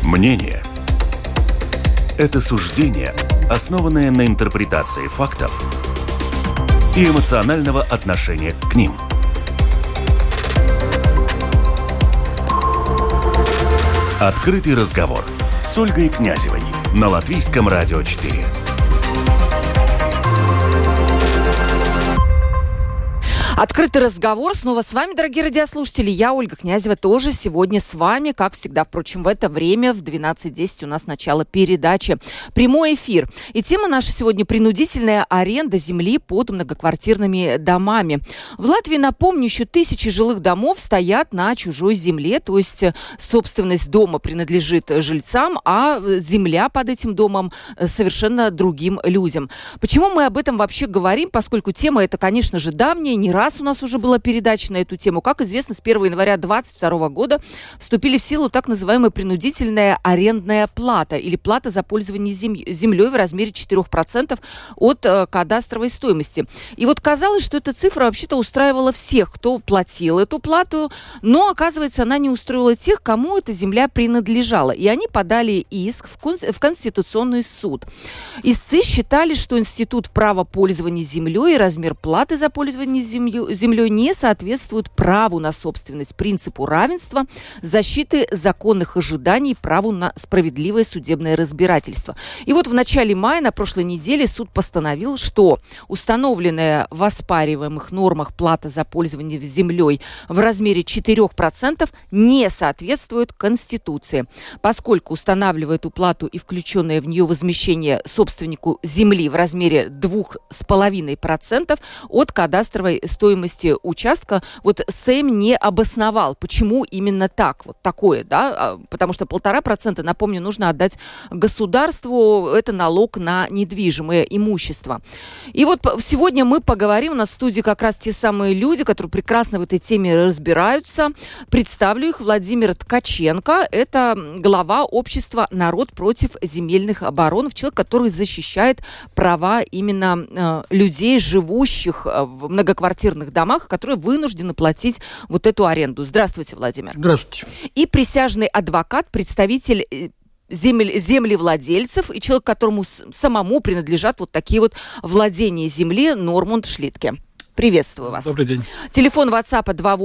Мнение – это суждение, основанное на интерпретации фактов и эмоционального отношения к ним. Открытый разговор с Ольгой Князевой на Латвийском радио 4. Открытый разговор. Снова с вами, дорогие радиослушатели. Я, Ольга Князева, тоже сегодня с вами. Как всегда, впрочем, в это время, в 12:10 у нас начало передачи. Прямой эфир. И тема наша сегодня – принудительная аренда земли под многоквартирными домами. В Латвии, напомню, еще тысячи жилых домов стоят на чужой земле. То есть собственность дома принадлежит жильцам, а земля под этим домом совершенно другим людям. Почему мы об этом вообще говорим? Поскольку тема эта, конечно же, давняя, не раз у нас уже была передача на эту тему. Как известно, с 1 января 2022 года вступили в силу так называемая принудительная арендная плата или плата за пользование землей в размере 4% от кадастровой стоимости. И вот казалось, что эта цифра вообще-то устраивала всех, кто платил эту плату, но, оказывается, она не устроила тех, кому эта земля принадлежала. И они подали иск в Конституционный суд. Истцы считали, что институт права пользования землей и размер платы за пользование землей не соответствует праву на собственность, принципу равенства, защиты законных ожиданий, праву на справедливое судебное разбирательство. И вот в начале мая, на прошлой неделе, суд постановил, что установленная в оспариваемых нормах плата за пользование землей в размере 4% не соответствует Конституции, поскольку, устанавливая эту плату и включенное в нее возмещение собственнику земли в размере 2,5% от кадастровой стоимости участка, вот Сейм не обосновал, почему именно так, вот такое, да, потому что 1,5%, напомню, нужно отдать государству, это налог на недвижимое имущество. И вот сегодня мы поговорим, у нас в студии как раз те самые люди, которые прекрасно в этой теме разбираются. Представлю их: Владимир Ткаченко, это глава общества «Народ против земельных оборонов», человек, который защищает права именно людей, живущих в многоквартирных домах, которые вынуждены платить вот эту аренду. Здравствуйте, Владимир. Здравствуйте. И присяжный адвокат, представитель землевладельцев и человек, которому самому принадлежат вот такие вот владения земли, Нормунд Шлитке. Приветствую вас. Добрый день. Телефон WhatsApp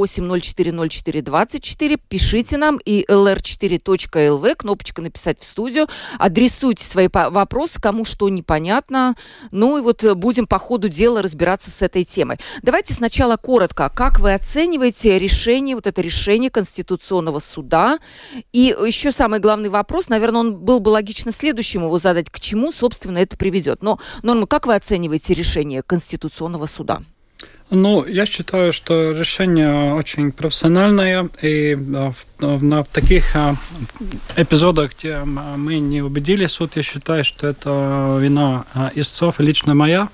28040424. Пишите нам и lr4.lv, кнопочка «Написать в студию». Адресуйте свои вопросы, кому что непонятно. Ну и вот будем по ходу дела разбираться с этой темой. Давайте сначала коротко. Как вы оцениваете решение, вот это решение Конституционного суда? И еще самый главный вопрос, наверное, он был бы логично следующим его задать, к чему, собственно, это приведет. Но, Норма, как вы оцениваете решение Конституционного суда? Ну, я считаю, что решение очень профессиональное, и в таких эпизодах, где мы не убедили суд, я считаю, что это вина истцов и лично моя.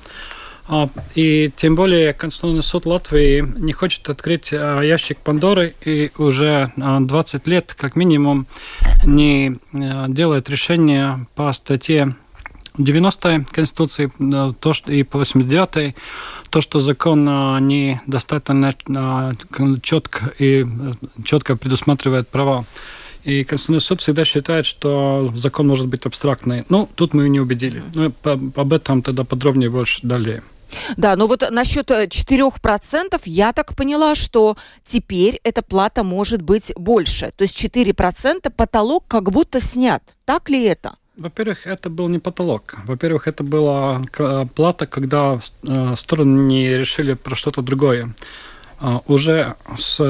И тем более Конституционный суд Латвии не хочет открыть ящик Пандоры и уже 20 лет, как минимум, не делает решение по статье 90-й Конституции и по 89-й, то, что закон недостаточно четко предусматривает права. И Конституционный суд всегда считает, что закон может быть абстрактный. Ну, тут мы и не убедили. Но об этом тогда подробнее больше далее. Да, но вот насчет 4% я так поняла, что теперь эта плата может быть больше. То есть 4% потолок как будто снят. Так ли это? Во-первых, это был не потолок. Во-первых, это была плата, когда стороны не решили про что-то другое. Уже с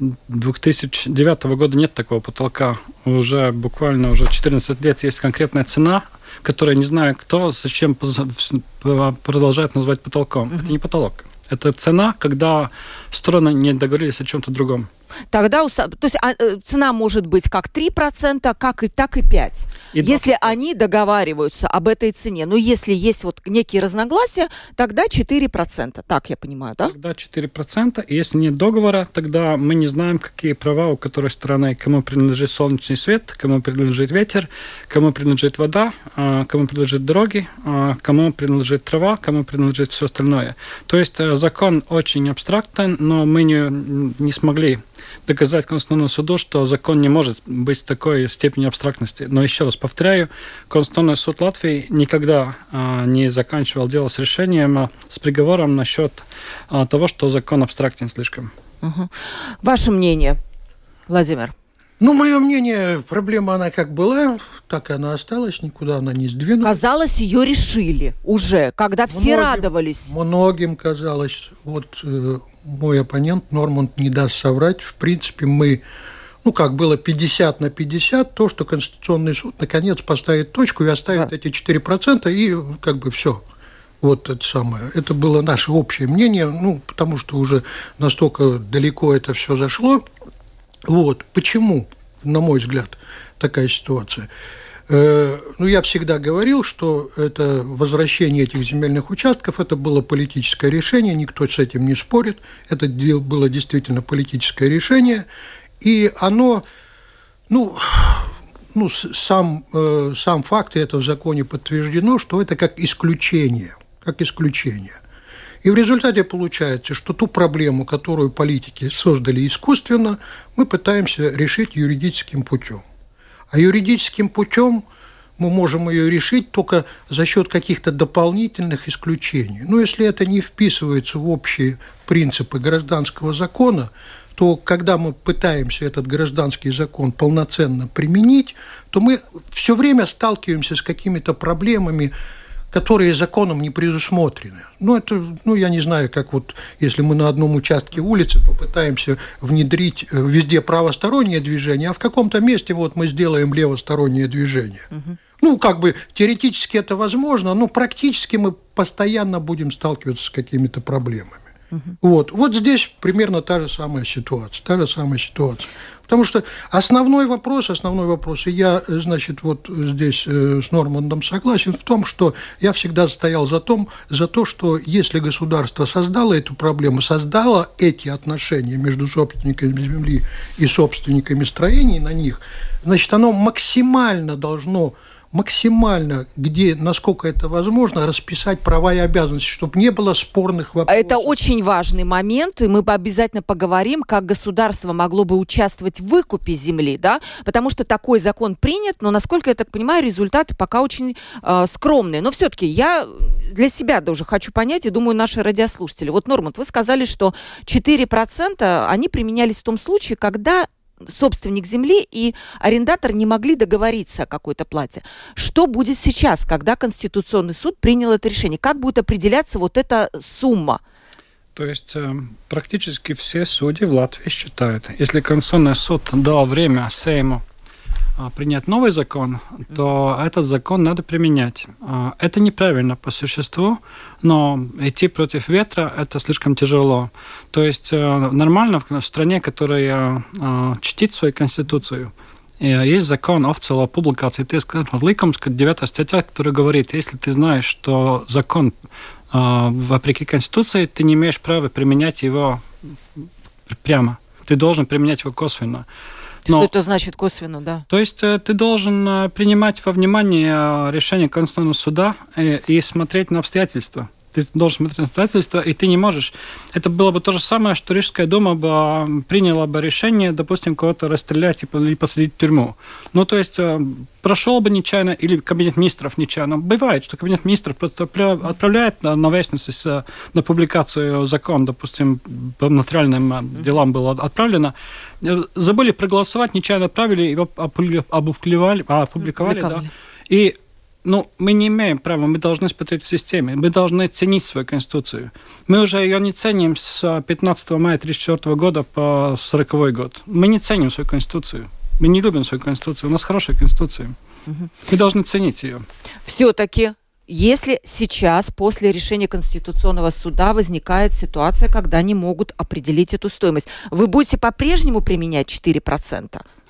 2009 года нет такого потолка. Уже буквально уже 14 лет есть конкретная цена, которую не знаю кто, зачем продолжает называть потолком. Это не потолок. Это цена, когда стороны не договорились о чем-то другом. Тогда, то есть цена может быть как 3%, так и 5%. Если они договариваются об этой цене, но если есть вот некие разногласия, тогда 4%. Так я понимаю, да? Тогда 4%. И если нет договора, тогда мы не знаем, какие права у которой стороны, кому принадлежит солнечный свет, кому принадлежит ветер, кому принадлежит вода, кому принадлежит дороги, кому принадлежит трава, кому принадлежит все остальное. То есть закон очень абстрактен, но мы не смогли доказать Конституционному суду, что закон не может быть в такой степени абстрактности. Но еще раз повторяю, Конституционный суд Латвии никогда не заканчивал дело с решением, с приговором насчет того, что закон абстрактен слишком. Угу. Ваше мнение, Владимир? Мое мнение, проблема она как была, так и она осталась, никуда она не сдвинулась. Казалось, ее решили уже, когда все радовались. Многим казалось. Вот мой оппонент Норманд не даст соврать. В принципе, мы, было 50 на 50, то, что Конституционный суд наконец поставит точку и оставит эти 4%, и все. Вот это самое. Это было наше общее мнение, потому что уже настолько далеко это все зашло. Вот. Почему, на мой взгляд, такая ситуация? Я всегда говорил, что это возвращение этих земельных участков, это было политическое решение, никто с этим не спорит, это было действительно политическое решение, и оно, сам факт, и это в законе подтверждено, что это как исключение. И в результате получается, что ту проблему, которую политики создали искусственно, мы пытаемся решить юридическим путем. А юридическим путем мы можем ее решить только за счет каких-то дополнительных исключений. Если это не вписывается в общие принципы гражданского закона, то когда мы пытаемся этот гражданский закон полноценно применить, то мы все время сталкиваемся с какими-то проблемами, которые законом не предусмотрены. Я не знаю, как если мы на одном участке улицы попытаемся внедрить везде правостороннее движение, а в каком-то месте мы сделаем левостороннее движение. Теоретически это возможно, но практически мы постоянно будем сталкиваться с какими-то проблемами. Вот здесь примерно та же самая ситуация. Потому что основной вопрос, и я, здесь с Нормандом согласен в том, что я всегда стоял за то, что если государство создало эту проблему, создало эти отношения между собственниками земли и собственниками строений на них, оно максимально должно где, насколько это возможно, расписать права и обязанности, чтобы не было спорных вопросов. Это очень важный момент, и мы обязательно поговорим, как государство могло бы участвовать в выкупе земли, да, потому что такой закон принят, но, насколько я так понимаю, результаты пока очень скромные. Но все-таки я для себя тоже хочу понять, и думаю, наши радиослушатели. Норманд, вы сказали, что 4% они применялись в том случае, когда собственник земли и арендатор не могли договориться о какой-то плате. Что будет сейчас, когда Конституционный суд принял это решение? Как будет определяться эта сумма? То есть практически все судьи в Латвии считают, если Конституционный суд дал время Сейму принять новый закон, то этот закон надо применять. Это неправильно по существу, но идти против ветра – это слишком тяжело. То есть нормально в стране, которая чтит свою конституцию, есть закон официālā publikācija tiesas likums, 9 статья, которая говорит, если ты знаешь, что закон вопреки конституции, ты не имеешь права применять его прямо. Ты должен применять его косвенно. Что это значит косвенно, да? То есть ты должен принимать во внимание решение Конституционного суда и смотреть на обстоятельства. Ты должен смотреть на обстоятельства, и ты не можешь. Это было бы то же самое, что Рижская дума бы приняла бы решение, допустим, кого-то расстрелять или посадить в тюрьму. То есть прошел бы нечаянно, или кабинет министров нечаянно. Бывает, что кабинет министров просто отправляет на вестницы на публикацию закон, допустим, по нотариальным делам было отправлено. Забыли проголосовать, нечаянно отправили, его опубликовали. Да. И мы не имеем права, мы должны смотреть в системе, мы должны ценить свою Конституцию. Мы уже ее не ценим с 15 мая 1934 года по 1940 год. Мы не ценим свою Конституцию, мы не любим свою Конституцию, у нас хорошая Конституция. Мы должны ценить ее. Все-таки, если сейчас, после решения Конституционного суда, возникает ситуация, когда они могут определить эту стоимость, вы будете по-прежнему применять 4%?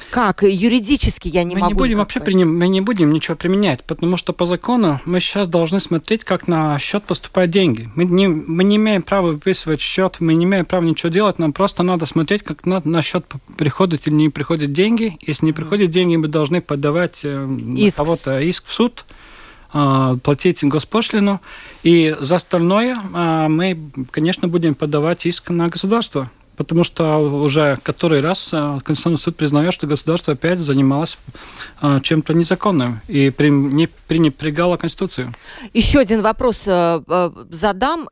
Как? Юридически я не могу. Мы не будем ничего применять, потому что по закону мы сейчас должны смотреть, как на счет поступают деньги. Мы не имеем права выписывать счет, мы не имеем права ничего делать, нам просто надо смотреть, как на счет приходят или не приходят деньги. Если не приходят деньги, мы должны подавать кого-то иск в суд, платить госпошлину, и за остальное мы, конечно, будем подавать иск на государство. Потому что уже который раз Конституционный суд признает, что государство опять занималось чем-то незаконным и пренебрегало Конституцию. Еще один вопрос задам.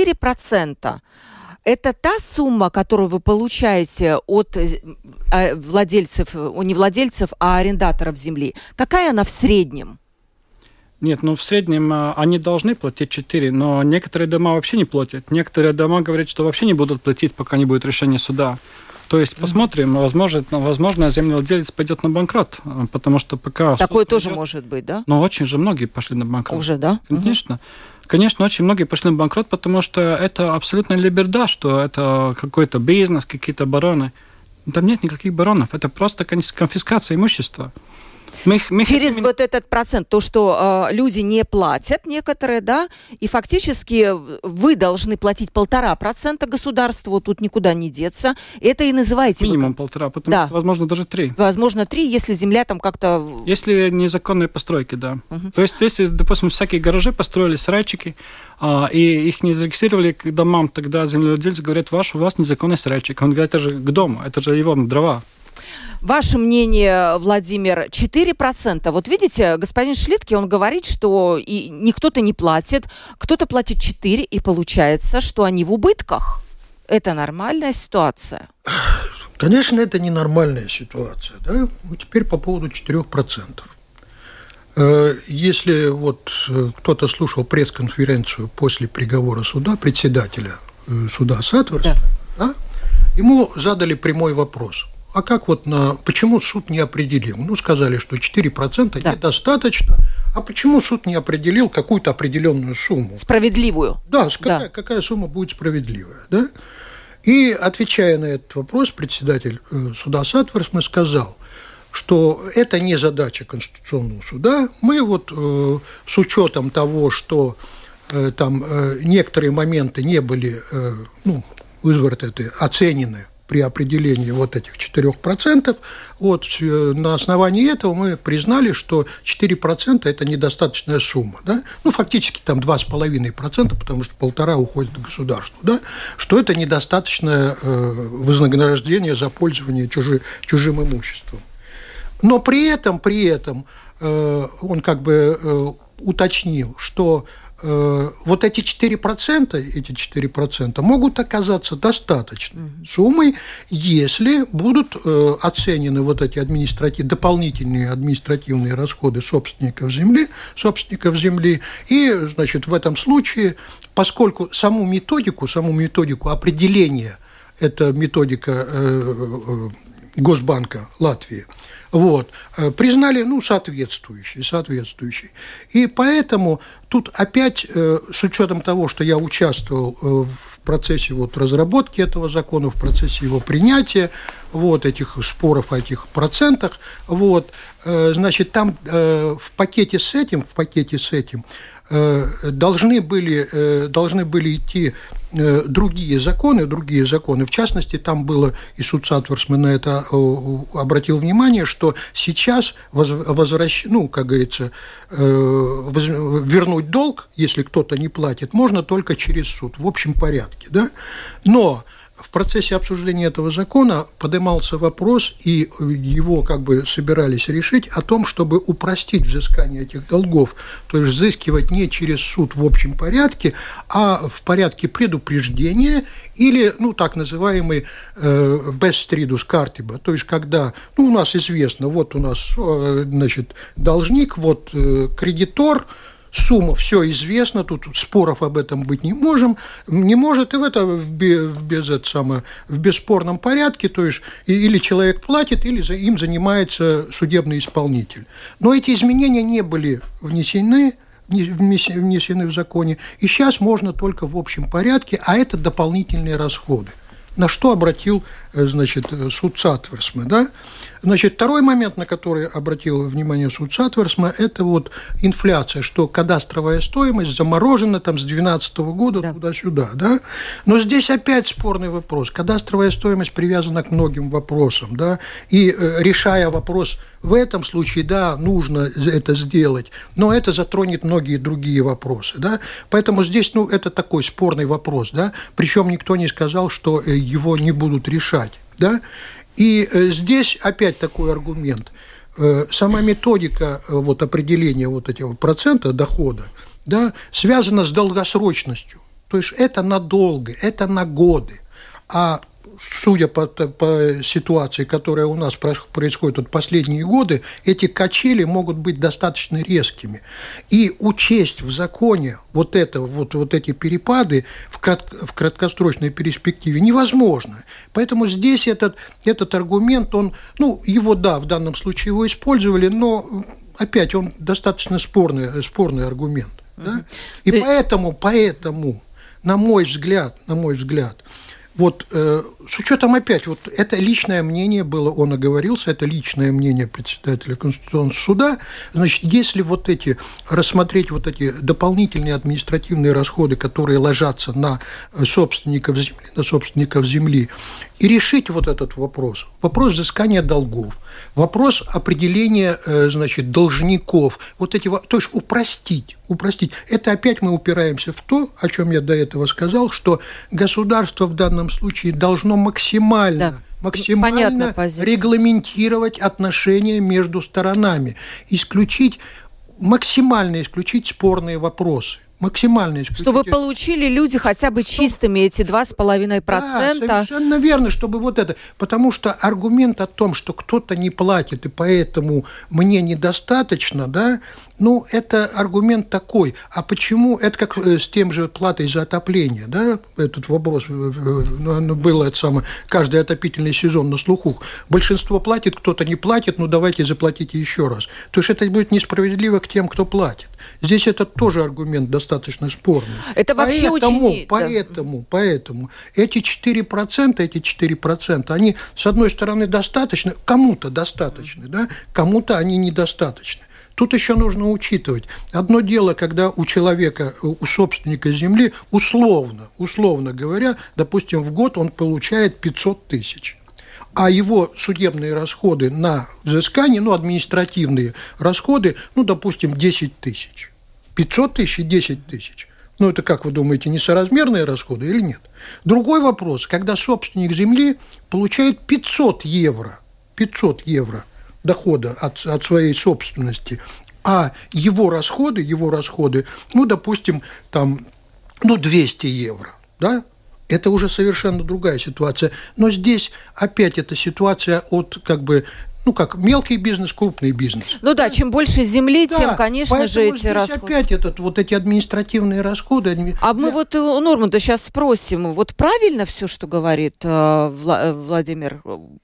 4%. Это та сумма, которую вы получаете от владельцев, не владельцев, а арендаторов земли. Какая она в среднем? Нет, в среднем они должны платить 4, но некоторые дома вообще не платят. Некоторые дома говорят, что вообще не будут платить, пока не будет решения суда. То есть посмотрим, возможно, землевладелец пойдет на банкрот, потому что пока... Такое тоже может быть, да? Но очень же многие пошли на банкрот. Уже, да? Конечно. Конечно, очень многие пошли на банкрот, потому что это абсолютно либерда, что это какой-то бизнес, какие-то бароны. Там нет никаких баронов, это просто конфискация имущества. Через вот этот процент, то, что люди не платят, некоторые, да, и фактически вы должны платить 1,5% государству, тут никуда не деться. Это и называете... Минимум 1,5%, потому что, возможно, даже 3%. Возможно, 3%, если земля там как-то... Если незаконные постройки, да. То есть, если, допустим, всякие гаражи построили, сарайчики, и их не зарегистрировали к домам, тогда землевладельцы говорят, у вас незаконный сарайчик. Он говорит, это же к дому, это же его дрова. Ваше мнение, Владимир, 4%. Вот видите, господин Шлитке, он говорит, что никто-то не платит, кто-то платит 4%, и получается, что они в убытках. Это нормальная ситуация? Конечно, это ненормальная ситуация. Да? Теперь по поводу 4%. Если кто-то слушал пресс-конференцию после приговора суда, председателя суда Сатверса, да, ему задали прямой вопрос. А как почему суд не определил? Сказали, что 4% недостаточно. А почему суд не определил какую-то определенную сумму? Справедливую. Да, какая сумма будет справедливая. Да? И, отвечая на этот вопрос, председатель суда Сатверсман сказал, что это не задача Конституционного суда. Мы с учетом того, что там некоторые моменты не были оценены при определении этих 4%, на основании этого мы признали, что 4% – это недостаточная сумма. Да? Фактически там 2,5%, потому что 1,5% уходит государству. Да? Что это недостаточное вознаграждение за пользование чужим имуществом. Но при этом он уточнил, что эти 4% могут оказаться достаточной суммой, если будут оценены эти дополнительные административные расходы собственников земли, и, в этом случае, поскольку саму методику определения, это методика Госбанка Латвии, признали, соответствующей. И поэтому тут опять, с учетом того, что я участвовал в процессе разработки этого закона, в процессе его принятия, этих споров о этих процентах, там в пакете с этим должны были идти другие законы, в частности, там было, и суд Сатверсман на это обратил внимание, что сейчас вернуть долг, если кто-то не платит, можно только через суд, в общем порядке, да? Но в процессе обсуждения этого закона поднимался вопрос, и его собирались решить, о том, чтобы упростить взыскание этих долгов, то есть взыскивать не через суд в общем порядке, а в порядке предупреждения или, так называемый бестридус картиба, то есть когда, у нас известно, у нас, должник, кредитор, сумма, все известно, тут споров об этом быть не может, и в бесспорном порядке, то есть или человек платит, или им занимается судебный исполнитель. Но эти изменения не были внесены в законе, и сейчас можно только в общем порядке, а это дополнительные расходы. На что обратил, суд Сатверсман, да? Значит, второй момент, на который обратил внимание суд Сатверсма, это вот инфляция, что кадастровая стоимость заморожена там с 2012 года туда-сюда, да? Но здесь опять спорный вопрос. Кадастровая стоимость привязана к многим вопросам, да? И решая вопрос в этом случае, да, нужно это сделать, но это затронет многие другие вопросы, да? Поэтому здесь, это такой спорный вопрос, да? Причем никто не сказал, что его не будут решать, да? И здесь опять такой аргумент. Сама методика определения этого процента дохода, да, связана с долгосрочностью. То есть это надолго, это на годы. А судя по ситуации, которая у нас происходит последние годы, эти качели могут быть достаточно резкими. И учесть в законе эти перепады в краткосрочной перспективе невозможно. Поэтому здесь этот аргумент, в данном случае его использовали, но опять он достаточно спорный аргумент. Да? И поэтому, на мой взгляд, с учетом опять, это личное мнение было, он оговорился, это личное мнение председателя Конституционного суда, значит, если рассмотреть дополнительные административные расходы, которые ложатся на собственников земли, и решить этот вопрос взыскания долгов, вопрос определения, значит, должников, то есть упростить. Это опять мы упираемся в то, о чем я до этого сказал, что государство в данном случае должно максимально регламентировать отношения между сторонами, максимально исключить спорные вопросы. Максимально исключить. Чтобы получили люди хотя бы чистыми эти 2,5%. Да, совершенно верно, чтобы потому что аргумент о том, что кто-то не платит, и поэтому мне недостаточно, да, это аргумент такой. А почему? Это как с тем же платой за отопление, да, этот вопрос, было каждый отопительный сезон на слуху. Большинство платит, кто-то не платит, давайте заплатите еще раз. То есть это будет несправедливо к тем, кто платит. Здесь это тоже аргумент достаточно спорный. Это вообще Поэтому эти 4%, они, с одной стороны, достаточны, кому-то достаточны, да, кому-то они недостаточны. Тут еще нужно учитывать. Одно дело, когда у человека, у собственника земли, условно говоря, допустим, в год он получает 500 тысяч. А его судебные расходы на взыскание, административные расходы, допустим, 10 тысяч. 500 тысяч и 10 тысяч. Это, как вы думаете, несоразмерные расходы или нет? Другой вопрос, когда собственник земли получает 500 евро дохода от своей собственности, а его расходы, допустим, 200 евро, да? Это уже совершенно другая ситуация. Но здесь опять эта ситуация от как мелкий бизнес, крупный бизнес. Чем больше земли, тем, конечно же, эти расходы. Опять эти административные расходы. А мы у Норманда сейчас спросим, правильно все, что говорит Владимир?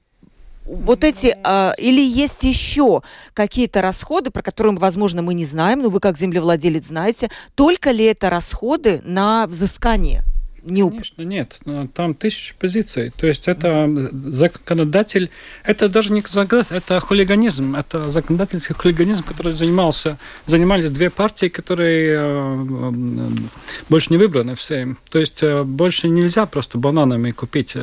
Или есть еще какие-то расходы, про которые, возможно, мы не знаем, но вы как землевладелец знаете, только ли это расходы на взыскание? Конечно, нет. Там 1000 позиций. То есть это законодатель, это даже не законодатель, это хулиганизм, это законодательский хулиганизм, который занимались две партии, которые больше не выбраны все. То есть больше нельзя просто бананами купить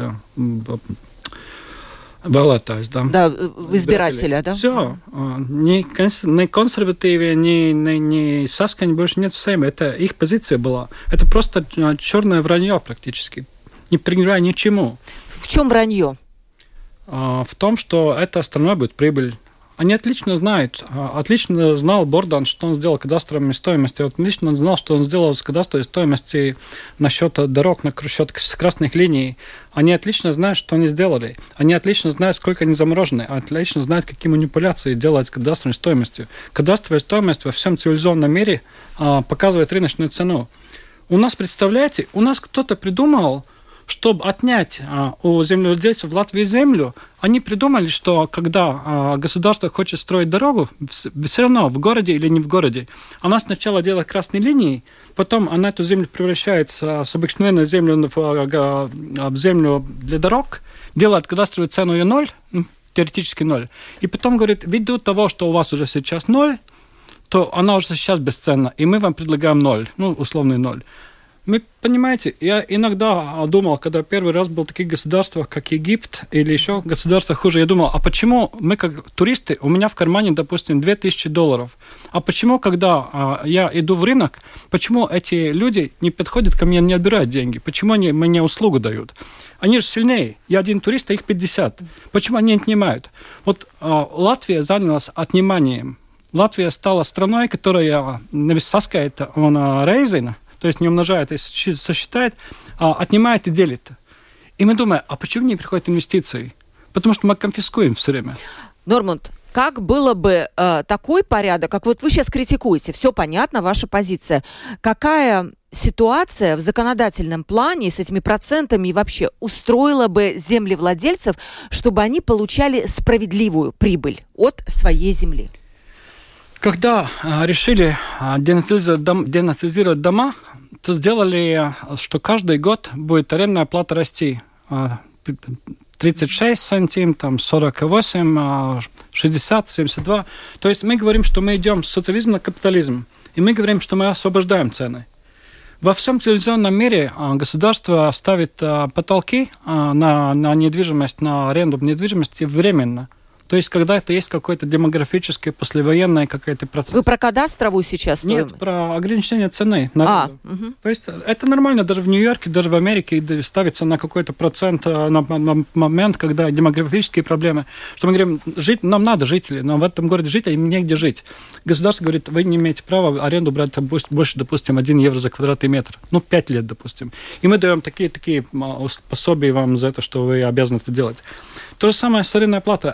vēlētājs, да. Да, избирателя, да? Все. Ни консервативы, ни Saskaņa больше нет в Сейме. Это их позиция была. Это просто черное вранье практически. Не пригревая ничему. В чем вранье? В том, что эта страна будет прибыль. Они отлично знают. Отлично знал Бордан, что он сделал кадастровыми стоимостью. Отлично он знал, что он сделал с кадастровой стоимости насчет дорог, насчет красных линий. Они отлично знают, что они сделали. Они отлично знают, сколько они заморожены. Отлично знают, какие манипуляции делать с кадастровой стоимостью. Кадастровая стоимость во всем цивилизованном мире показывает рыночную цену. У нас, представляете, кто-то придумал, чтобы отнять у землевладельцев в Латвии землю, они придумали, что когда государство хочет строить дорогу, все равно в городе или не в городе, она сначала делает красные линии, потом она эту землю превращает с обыкновенной земли в землю для дорог, делает кадастровую цену ее 0, теоретически 0. И потом говорит, ввиду того, что у вас уже сейчас 0, то она уже сейчас бесценна, и мы вам предлагаем 0, условный 0. Вы понимаете, я иногда думал, когда первый раз был в таких государствах, как Египет или еще государства хуже, я думал, а почему мы как туристы, у меня в кармане, допустим, $2000, а почему, когда я иду в рынок, почему эти люди не подходят ко мне, не отбирают деньги, почему они мне услугу дают? Они же сильнее, я один турист, а их 50. Почему они не отнимают? Вот Латвия занялась отниманием. Латвия стала страной, которая саскает рейзина, то есть не умножает и сосчитает, отнимает и делит. И мы думаем, а почему не приходят инвестиции? Потому что мы конфискуем все время. Нормунд, как было бы такой порядок, как вот вы сейчас критикуете, все понятно, ваша позиция. Какая ситуация в законодательном плане с этими процентами и вообще устроила бы землевладельцев, чтобы они получали справедливую прибыль от своей земли? Когда решили денационализировать дома, то сделали, что каждый год будет арендная плата расти. 36 сантим, 48, 60, 72. То есть мы говорим, что мы идем с социализма на капитализм. И мы говорим, что мы освобождаем цены. Во всем цивилизованном мире государство ставит потолки на недвижимость, на аренду недвижимости временно. То есть, когда это есть какой-то демографический, послевоенный какой-то процесс. Вы про кадастровую сейчас? Нет, про ограничение цены. То есть, это нормально, даже в Нью-Йорке, даже в Америке ставится на какой-то процент на момент, когда демографические проблемы. Что мы говорим, нам надо жители, нам в этом городе жить, а им негде жить. Государство говорит, вы не имеете права аренду брать больше, допустим, 1 евро за квадратный метр. 5 лет, допустим. И мы даем такие пособия вам за это, что вы обязаны это делать. То же самое с арендной платой.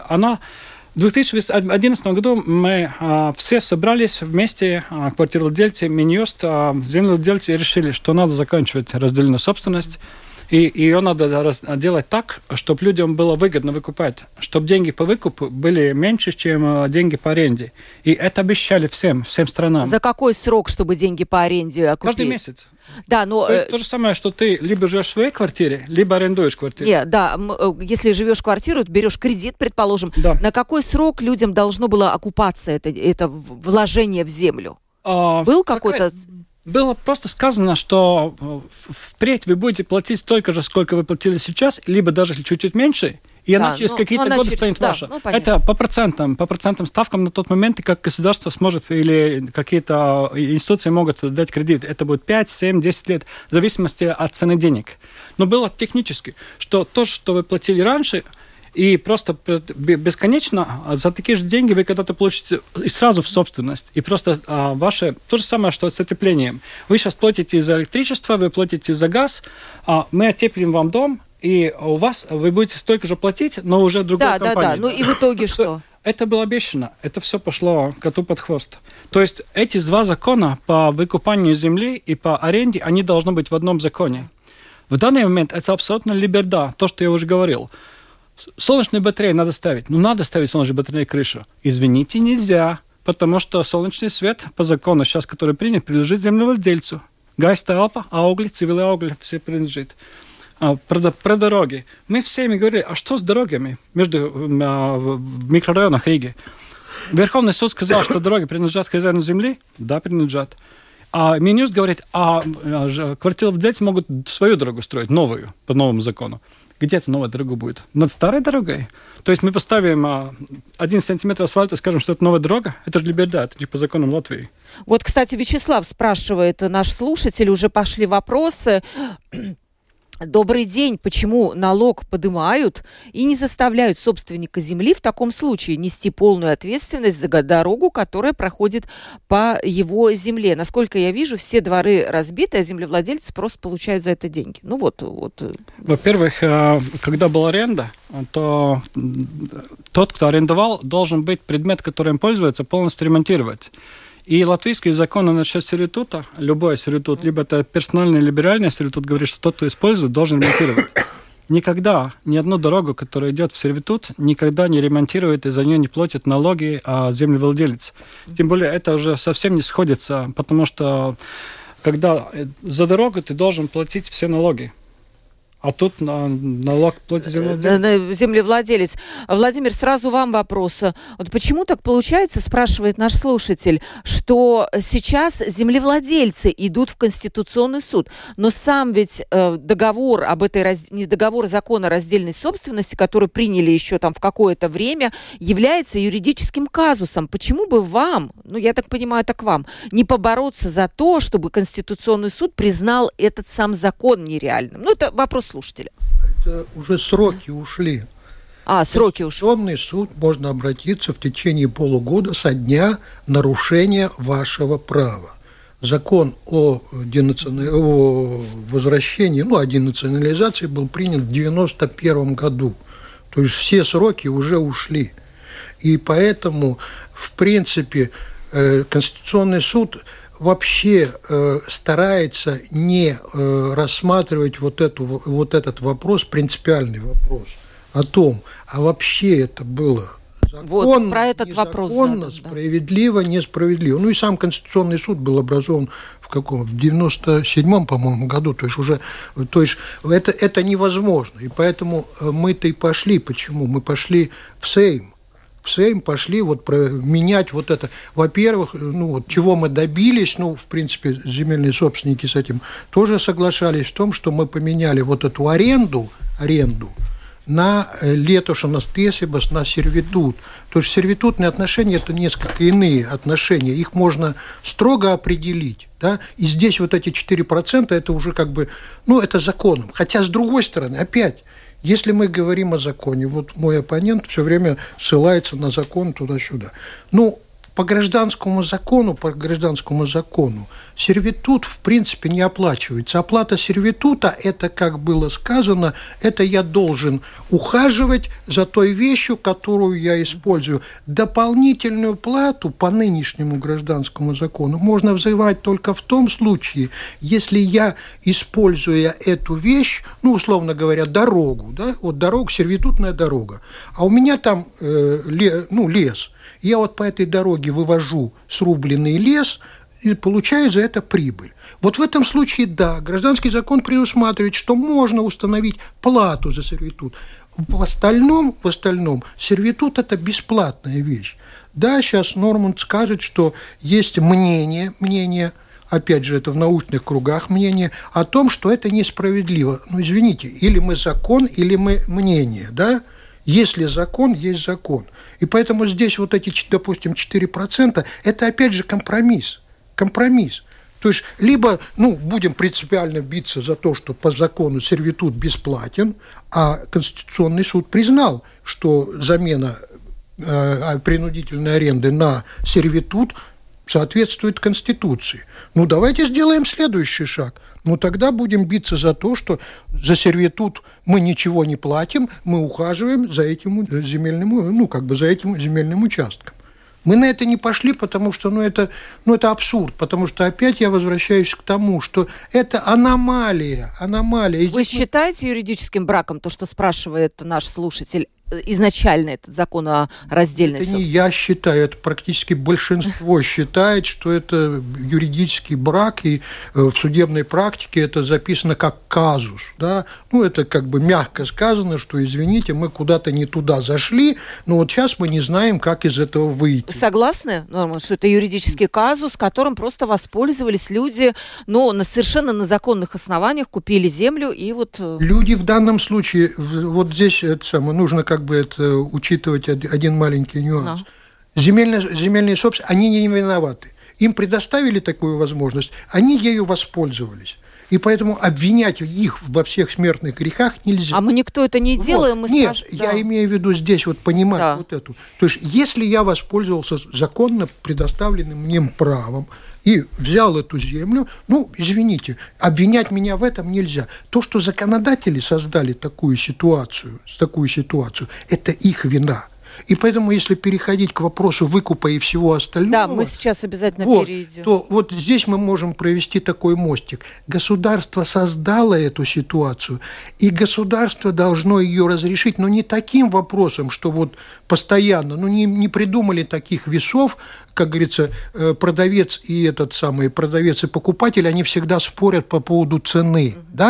В 2011 году мы все собрались вместе, квартировладельцы, Минюст, землевладельцы, и решили, что надо заканчивать разделенную собственность. И ее надо делать так, чтобы людям было выгодно выкупать, чтобы деньги по выкупу были меньше, чем деньги по аренде. И это обещали всем странам. За какой срок, чтобы деньги по аренде окупить? Каждый месяц. Да, но... То же самое, что ты либо живешь в своей квартире, либо арендуешь квартиру. Нет, да, если живешь в квартиру, берешь кредит, предположим, да. На какой срок людям должно было окупаться это вложение в землю? Был какой-то... Было просто сказано, что впредь вы будете платить столько же, сколько вы платили сейчас, либо даже чуть-чуть меньше, и она через какие-то годы станет ваша. Это по процентным ставкам на тот момент, как государство сможет или какие-то институции могут дать кредит. Это будет 5, 7, 10 лет, в зависимости от цены денег. Но было технически, что то, что вы платили раньше, и просто бесконечно за такие же деньги вы когда-то получите и сразу в собственность. И просто ваше... То же самое, что с отоплением. Вы сейчас платите за электричество, вы платите за газ, мы отеплим вам дом, и у вас вы будете столько же платить, но уже другой компании. Да. Ну и в итоге что? Это было обещано. Это все пошло коту под хвост. То есть эти два закона по выкупанию земли и по аренде, они должны быть в одном законе. В данный момент это абсолютно либерда, то, что я уже говорил. Солнечные батареи надо ставить. Надо ставить солнечные батареи на крышу. Извините, нельзя, потому что солнечный свет по закону сейчас, который принят, принадлежит землевладельцу. Gaisa telpa, augļi, цивилы augļi, все принадлежит. Про дороги. Мы всеми говорили, а что с дорогами в микрорайонах Риги? Верховный суд сказал, что дороги принадлежат хозяину земли. Да, принадлежат. А Минюст говорит, квартировладельцы могут свою дорогу строить, новую, по новому закону. Где эта новая дорога будет? Над старой дорогой? То есть мы поставим 1 сантиметр асфальта и скажем, что это новая дорога? Это же либерда, это не по законам Латвии. Вот, кстати, Вячеслав спрашивает, наш слушатель, уже пошли вопросы. Добрый день. Почему налог поднимают и не заставляют собственника земли в таком случае нести полную ответственность за дорогу, которая проходит по его земле? Насколько я вижу, все дворы разбиты, а землевладельцы просто получают за это деньги. Во-первых, когда была аренда, то тот, кто арендовал, должен быть предмет, которым пользуется, полностью ремонтировать. И латвийский закон насчет сервитута, любой сервитут, либо это персональный либеральный сервитут, говорит, что тот, кто использует, должен ремонтировать. Никогда ни одну дорогу, которая идет в сервитут, никогда не ремонтирует и за нее не платит налоги землевладелец. Тем более это уже совсем не сходится, потому что когда за дорогу ты должен платить все налоги. А тут налог платит землевладелец. Владимир, сразу вам вопрос. Вот почему так получается, спрашивает наш слушатель, что сейчас землевладельцы идут в Конституционный суд, но сам ведь договор об этой, не договор, а закон о раздельной собственности, который приняли еще там в какое-то время, является юридическим казусом. Почему бы вам, я так понимаю, так вам, не побороться за то, чтобы Конституционный суд признал этот сам закон нереальным? Это вопрос слушателя. Это уже сроки ушли. Сроки ушли. Конституционный суд можно обратиться в течение полугода со дня нарушения вашего права. Закон о возвращении, о денационализации был принят в 1991 году. То есть все сроки уже ушли. И поэтому, в принципе, Конституционный суд вообще старается не рассматривать вот этот вопрос, принципиальный вопрос о том, а вообще это было законно, про этот вопрос справедливо, несправедливо. И сам Конституционный суд был образован в 97-м, по-моему, году, то есть это невозможно. И поэтому мы-то и пошли. Почему? Мы пошли в Сейм. В Сейм пошли менять это. Во-первых, чего мы добились, в принципе, земельные собственники с этим тоже соглашались в том, что мы поменяли эту аренду на летошанастесибас, на сервитут. То есть сервитутные отношения – это несколько иные отношения. Их можно строго определить. Да? И здесь эти 4% – это уже это законом. Хотя, с другой стороны, опять, если мы говорим о законе, мой оппонент все время ссылается на закон туда-сюда. По гражданскому закону сервитут, в принципе, не оплачивается. Оплата сервитута – это, как было сказано, это я должен ухаживать за той вещью, которую я использую. Дополнительную плату по нынешнему гражданскому закону можно взывать только в том случае, если я, используя эту вещь, условно говоря, дорогу, да, дорога, сервитутная дорога, а у меня там лес, я по этой дороге вывожу срубленный лес и получаю за это прибыль. В этом случае, да, гражданский закон предусматривает, что можно установить плату за сервитут. В остальном сервитут – это бесплатная вещь. Да, сейчас Норманд скажет, что есть мнение, опять же, это в научных кругах мнение, о том, что это несправедливо. Извините, или мы закон, или мы мнение, да? Если закон, есть закон. И поэтому здесь эти, допустим, 4% – это, опять же, компромисс. То есть, либо, будем принципиально биться за то, что по закону сервитут бесплатен, а Конституционный суд признал, что замена принудительной аренды на сервитут соответствует Конституции. Давайте сделаем следующий шаг. Тогда будем биться за то, что за сервитут мы ничего не платим, мы ухаживаем за этим земельным участком. Мы на это не пошли, потому что это абсурд, потому что опять я возвращаюсь к тому, что это аномалия. Вы считаете юридическим браком то, что спрашивает наш слушатель, изначально этот закон о раздельной собственности? Это не я считаю, это практически большинство считает, что это юридический брак, и в судебной практике это записано как казус. Да? Это мягко сказано, что, извините, мы куда-то не туда зашли, но сейчас мы не знаем, как из этого выйти. Согласны, Норман, что это юридический казус, которым просто воспользовались люди, на совершенно на законных основаниях купили землю и Люди в данном случае, здесь нужно учитывать один маленький нюанс. Земельные собственники, они не виноваты. Им предоставили такую возможность, они ею воспользовались. И поэтому обвинять их во всех смертных грехах нельзя. А мы никто это не делаем. Нет, я имею в виду здесь понимать эту. То есть, если я воспользовался законно предоставленным мне правом и взял эту землю, извините, обвинять меня в этом нельзя. То, что законодатели создали такую ситуацию, это их вина. И поэтому, если переходить к вопросу выкупа и всего остального... Да, мы сейчас обязательно перейдем. То здесь мы можем провести такой мостик. Государство создало эту ситуацию, и государство должно ее разрешить, но не таким вопросом, что постоянно, не придумали таких весов, как говорится, продавец и покупатель, они всегда спорят по поводу цены, да?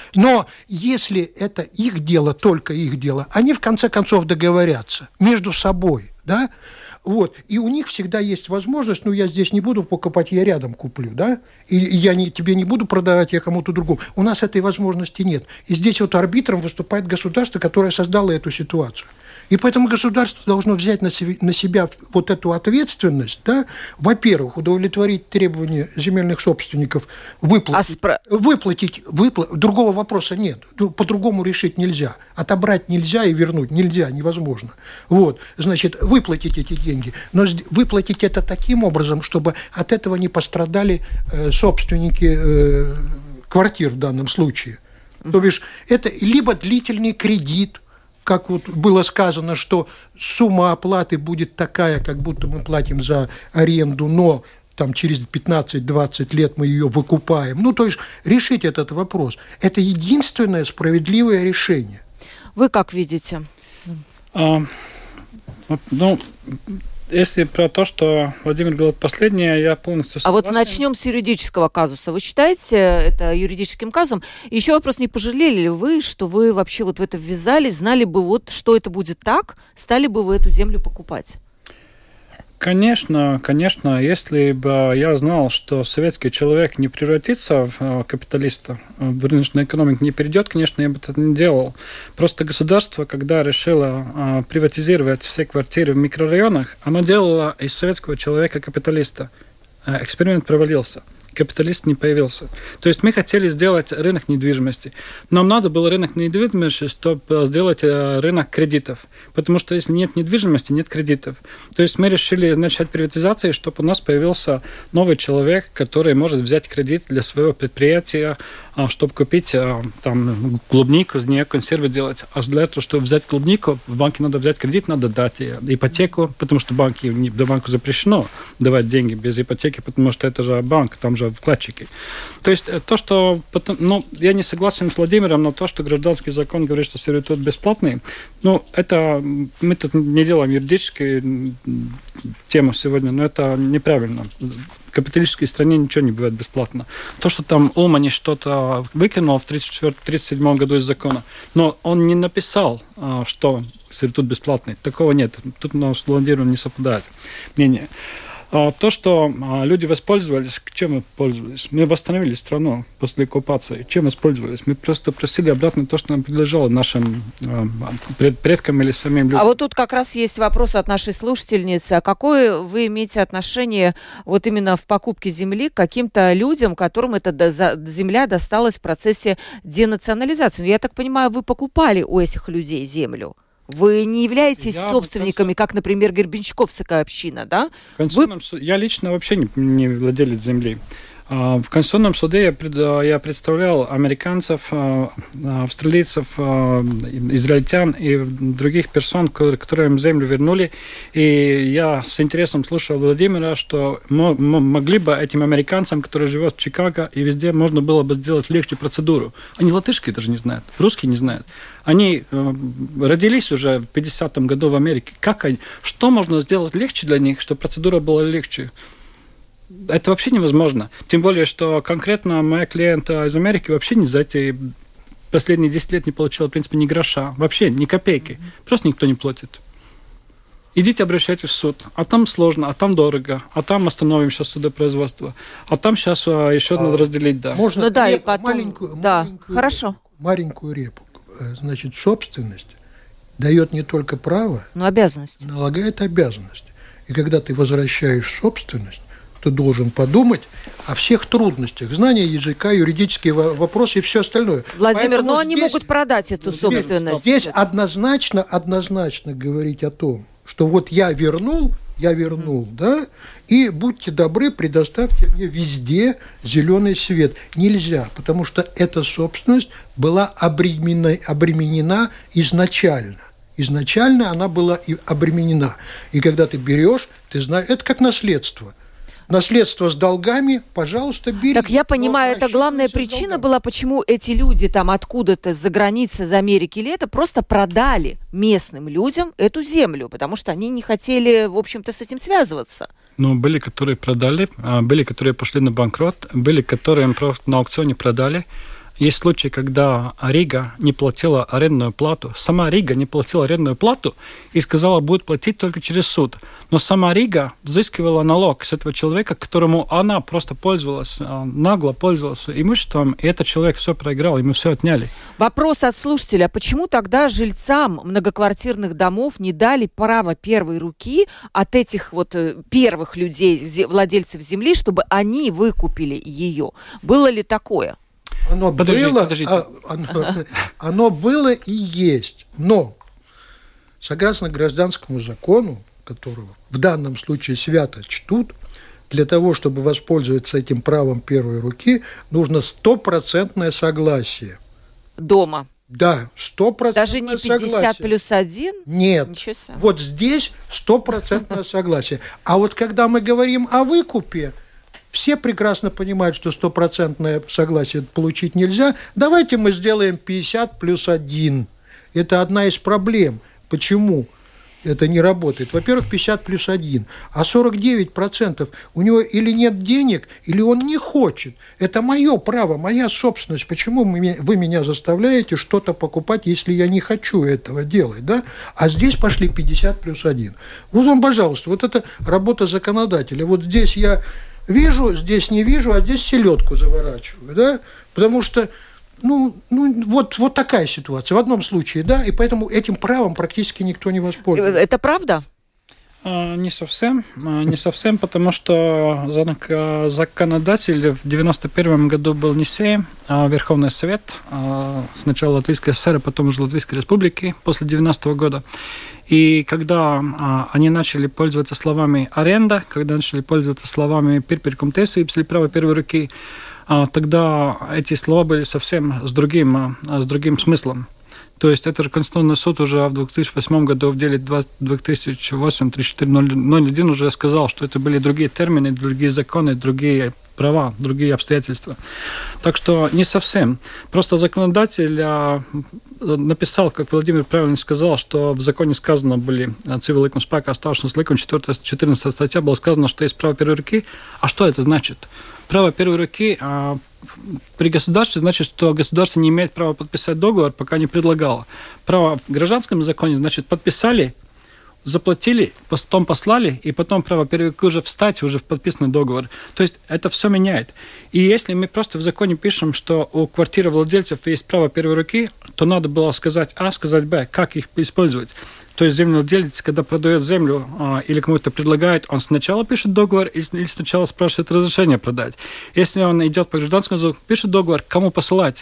Но если это их дело, только их дело, они в конце концов договорятся между собой, да? Вот. И у них всегда есть возможность, я здесь не буду покупать, я рядом куплю, да? И я тебе не буду продавать, я кому-то другому. У нас этой возможности нет. И здесь вот арбитром выступает государство, которое создало эту ситуацию. И поэтому государство должно взять на себя вот эту ответственность, да, во-первых, удовлетворить требования земельных собственников, выплатить, другого вопроса нет, по-другому решить нельзя, отобрать нельзя и вернуть нельзя, невозможно. Вот, значит, выплатить эти деньги, но выплатить это таким образом, чтобы от этого не пострадали собственники квартир в данном случае. То бишь, это либо длительный кредит, как вот было сказано, что сумма оплаты будет такая, как будто мы платим за аренду, но там через 15-20 лет мы ее выкупаем. То есть решить этот вопрос. Это единственное справедливое решение. Вы как видите? Если про то, что Владимир говорит последнее, я полностью согласен. А вот начнем с юридического казуса. Вы считаете это юридическим казусом? И еще вопрос, не пожалели ли вы, что вы вообще вот в это ввязались, знали бы что это будет так, стали бы вы эту землю покупать? Конечно, если бы я знал, что советский человек не превратится в капиталиста, в рыночную экономику не перейдет, конечно, я бы это не делал. Просто государство, когда решило приватизировать все квартиры в микрорайонах, оно делало из советского человека капиталиста. Эксперимент провалился. Капиталист не появился. То есть мы хотели сделать рынок недвижимости. Нам надо было рынок недвижимости, чтобы сделать рынок кредитов. Потому что если нет недвижимости, нет кредитов. То есть мы решили начать приватизацию, чтобы у нас появился новый человек, который может взять кредит для своего предприятия, чтобы купить там клубнику, из нее консервы делать. А для этого, чтобы взять клубнику, в банке надо взять кредит, надо дать ипотеку, потому что банку запрещено давать деньги без ипотеки, потому что это же банк, там же вкладчики. То есть то, что... я не согласен с Владимиром, но то, что гражданский закон говорит, что сервитут бесплатный, это... Мы тут не делаем юридическую тему сегодня, но это неправильно. В капиталистической стране ничего не бывает бесплатно. То, что там Улмани что-то выкинул в 1937 году из закона, но он не написал, что сервитут бесплатный. Такого нет. Тут у нас с Владимиром не совпадает мнение. То, что люди воспользовались, чем мы пользовались? Мы восстановили страну после оккупации. Чем воспользовались? Мы просто просили обратно то, что нам принадлежало нашим предкам или самим людям. А вот тут как раз есть вопрос от нашей слушательницы. А какое вы имеете отношение вот именно в покупке земли к каким-то людям, которым эта земля досталась в процессе денационализации? Я так понимаю, вы покупали у этих людей землю? Вы не являетесь собственниками, как, например, Гребенщиковская община, да? Я лично вообще не владелец земли. В Конституционном суде я представлял американцев, австралийцев, израильтян и других персон, которые им землю вернули. И я с интересом слушал Владимира, что могли бы этим американцам, которые живут в Чикаго и везде, можно было бы сделать легче процедуру. Они латышский даже не знают, русский не знают. Они родились уже в 50-м году в Америке. Что можно сделать легче для них, чтобы процедура была легче? Это вообще невозможно. Тем более, что конкретно моя клиента из Америки вообще за эти последние 10 лет не получила, в принципе, ни гроша. Вообще ни копейки. Просто никто не платит. Идите, обращайтесь в суд. А там сложно, а там дорого, а там остановим сейчас судопроизводство. А там сейчас еще надо разделить, да. Можно и потом... маленькую реплику. Значит, собственность дает не только право, но обязанность. Налагает обязанность. И когда ты возвращаешь собственность, ты должен подумать о всех трудностях, знания языка, юридические вопросы и все остальное. Владимир, но они могут продать эту собственность. Здесь однозначно говорить о том, что вот я вернул, да, и будьте добры, предоставьте мне везде зеленый свет. Нельзя, потому что эта собственность была обременена изначально. Изначально она была и обременена. И когда ты берешь, ты знаешь, это как наследство. Наследство с долгами, пожалуйста, бери. Так я понимаю, это главная причина была, почему эти люди там откуда-то за границы, из Америки или это просто продали местным людям эту землю, потому что они не хотели, в общем-то, с этим связываться. Были, которые продали, были, которые пошли на банкрот, были, которые просто на аукционе продали. Есть случаи, когда Рига не платила арендную плату. Сама Рига не платила арендную плату и сказала, будет платить только через суд. Но сама Рига взыскивала налог с этого человека, которому она просто пользовалась, нагло пользовалась имуществом, и этот человек все проиграл, ему все отняли. Вопрос от слушателя. Почему тогда жильцам многоквартирных домов не дали право первой руки от этих вот первых людей, владельцев земли, чтобы они выкупили ее? Было ли такое? Оно было и есть. Но, согласно гражданскому закону, которого в данном случае свято чтут, для того, чтобы воспользоваться этим правом первой руки, нужно 100% согласие. Дома? Да, 100% даже не 50 согласие. Плюс 1? Нет. Вот здесь 100% согласие. А вот когда мы говорим о выкупе, все прекрасно понимают, что 100% согласие получить нельзя. Давайте мы сделаем 50 плюс 1. Это одна из проблем. Почему это не работает? Во-первых, 50 плюс 1. А 49% у него или нет денег, или он не хочет. Это мое право, моя собственность. Почему вы меня заставляете что-то покупать, если я не хочу этого делать? Да? А здесь пошли 50 плюс 1. Вот вам, пожалуйста, вот это работа законодателя. Вот здесь я вижу, здесь не вижу, а здесь селедку заворачиваю, да, потому что, вот такая ситуация в одном случае, да, и поэтому этим правом практически никто не воспользуется. Это правда? Не совсем, потому что законодатель в 1991 году был не Сейм, а Верховный Совет, сначала Латвийской ССР, а потом уже Латвийской Республики после 90-го года. И когда они начали пользоваться словами «аренда», когда начали пользоваться словами «пирпиркумтесības» или «право первой руки», тогда эти слова были совсем с другим смыслом. То есть это же Конституционный суд уже в 2008 году в деле 2008-3401 уже сказал, что это были другие термины, другие законы, другие права, другие обстоятельства. Так что не совсем. Просто законодатель написал, как Владимир правильно сказал, что в законе сказано были «Civil likuma spēkā stāšanās likuma» 14 статья было сказано, что есть право первой руки. А что это значит? Право первой руки при государстве значит, что государство не имеет права подписать договор, пока не предлагало. Право в гражданском законе значит подписали, заплатили, потом послали, и потом право первой руки уже встать уже в подписанный договор. То есть это все меняет. И если мы просто в законе пишем, что у квартировладельцев есть право первой руки, то надо было сказать А, сказать Б, как их использовать. То есть землевладелец, когда продает землю или кому-то предлагает, он сначала пишет договор или сначала спрашивает разрешение продать. Если он идет по гражданскому закону, пишет договор, кому посылать,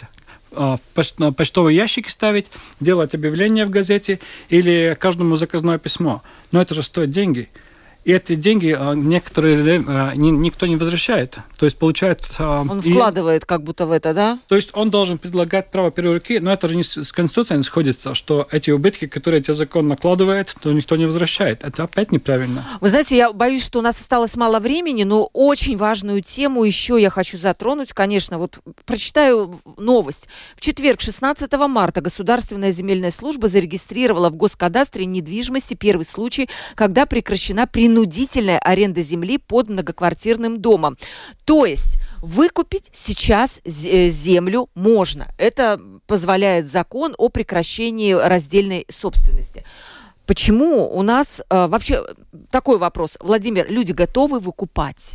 почтовые ящики ставить, делать объявление в газете или каждому заказное письмо. Но это же стоит деньги. И эти деньги некоторые никто не возвращает. То есть получает... Он вкладывает как будто в это, да? То есть он должен предлагать право первой руки, но это же не с Конституцией не сходится, что эти убытки, которые тебе закон накладывает, то никто не возвращает. Это опять неправильно. Вы знаете, я боюсь, что у нас осталось мало времени, но очень важную тему еще я хочу затронуть. Конечно, вот прочитаю новость. В четверг, 16 марта, Государственная земельная служба зарегистрировала в Госкадастре недвижимости первый случай, когда прекращена принудительная аренда земли под многоквартирным домом. То есть выкупить сейчас землю можно. Это позволяет закон о прекращении раздельной собственности. Почему у нас вообще такой вопрос? Владимир, люди готовы выкупать?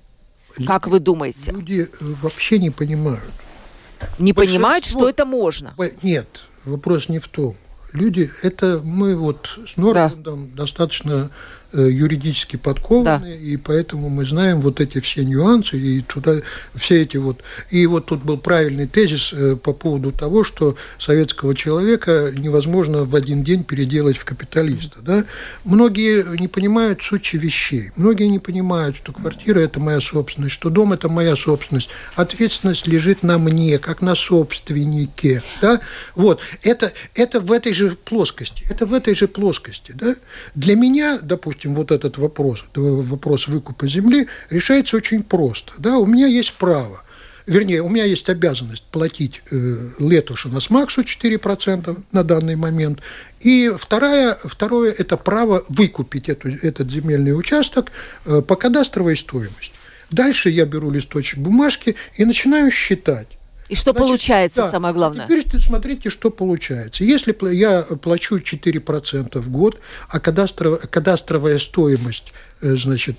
Как вы думаете? Люди вообще не понимают. Не понимают, что это можно? Нет, вопрос не в том. Люди, это мы вот с Норбандом достаточно юридически подкованы, и поэтому мы знаем вот эти все нюансы, и туда все эти вот... И вот тут был правильный тезис по поводу того, что советского человека невозможно в один день переделать в капиталиста. Да? Многие не понимают сути вещей. Многие не понимают, что квартира – это моя собственность, что дом – это моя собственность. Ответственность лежит на мне, как на собственнике. Да? Вот. Это в этой же плоскости. Это в этой же плоскости. Да? Для меня, допустим, вот этот вопрос выкупа земли решается очень просто. Да? У меня есть право, вернее, у меня есть обязанность платить Летушу на Смаксу 4% на данный момент. И второе – это право выкупить этот земельный участок по кадастровой стоимости. Дальше я беру листочек бумажки и начинаю считать. И что получается, самое главное? Теперь смотрите, что получается. Если я плачу 4% в год, а кадастровая стоимость, значит,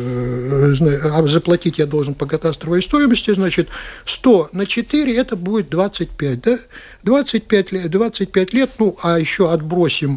заплатить я должен по кадастровой стоимости, значит, 100 на 4 это будет 25, да? 25 лет, ну, а еще отбросим